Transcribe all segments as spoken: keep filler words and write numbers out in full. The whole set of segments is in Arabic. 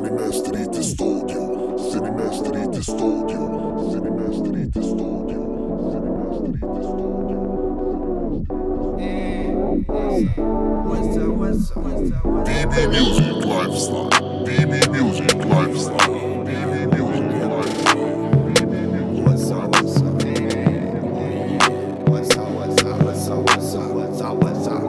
Cinema Street Studio, Cinema Street Studio, Cinema Street Studio, Cinema Street Studio. B B Music Lifestyle, B B Music Lifestyle, B B Music Lifestyle. What's up, what's up, what's up, what's up, what's up, what's up, what's up, what's up.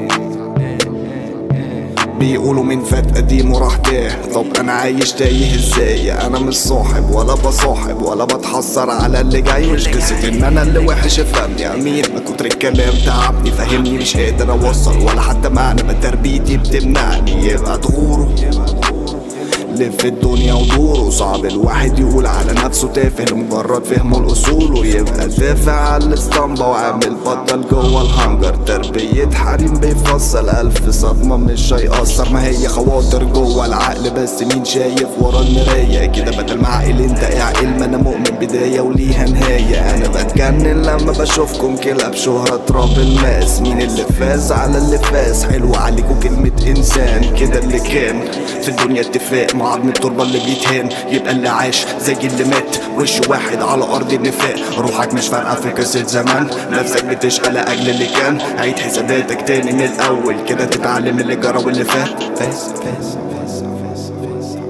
بيقولوا من فات قديم وراح تاه. طب انا عايش تايه ازاي؟ انا مش صاحب ولا بصاحب ولا بتحسر على اللي جاي. مش قصة ان انا اللي وحش، افهمني يا امير، ما كتر الكلام تعبني، فهمني مش قادر اوصل ولا حتى معنى، ما تربيتي بتمنعني يبقى تغوره. لف الدنيا ودوره، صعب الواحد يقول على نفسه تافه لمجرد فهمه الاصول، ويبقى دافع على الاسطمبة وعامل بطل جوه الهنجر. تربية حريم بيفصل الف صدمة مش هيأثر، ما هي خواطر جوه العقل، بس مين شايف ورا المراية كده؟ بدل ما عقل انت اعقل، ما انا مؤمن بداية وليها نهاية. انا بتجنن لما بشوفكم كلاب شهرة تراب الماس. مين اللي فاز على اللي فاز؟ حلو عليكم كلمة انسان، كده اللي كان في الدنيا اتفاق مع عظم التربة اللي بيتهان، يبقى اللي عاش زي اللي مات، وش واحد على ارض النفاق. روحك مش فارقة في قصة زمان، نفسك بتشقى لأجل اللي كان. عيد حساباتك تاني من الاول كده، تتعلم اللي جرى واللي فات. فاس فاس فاس فاس فاس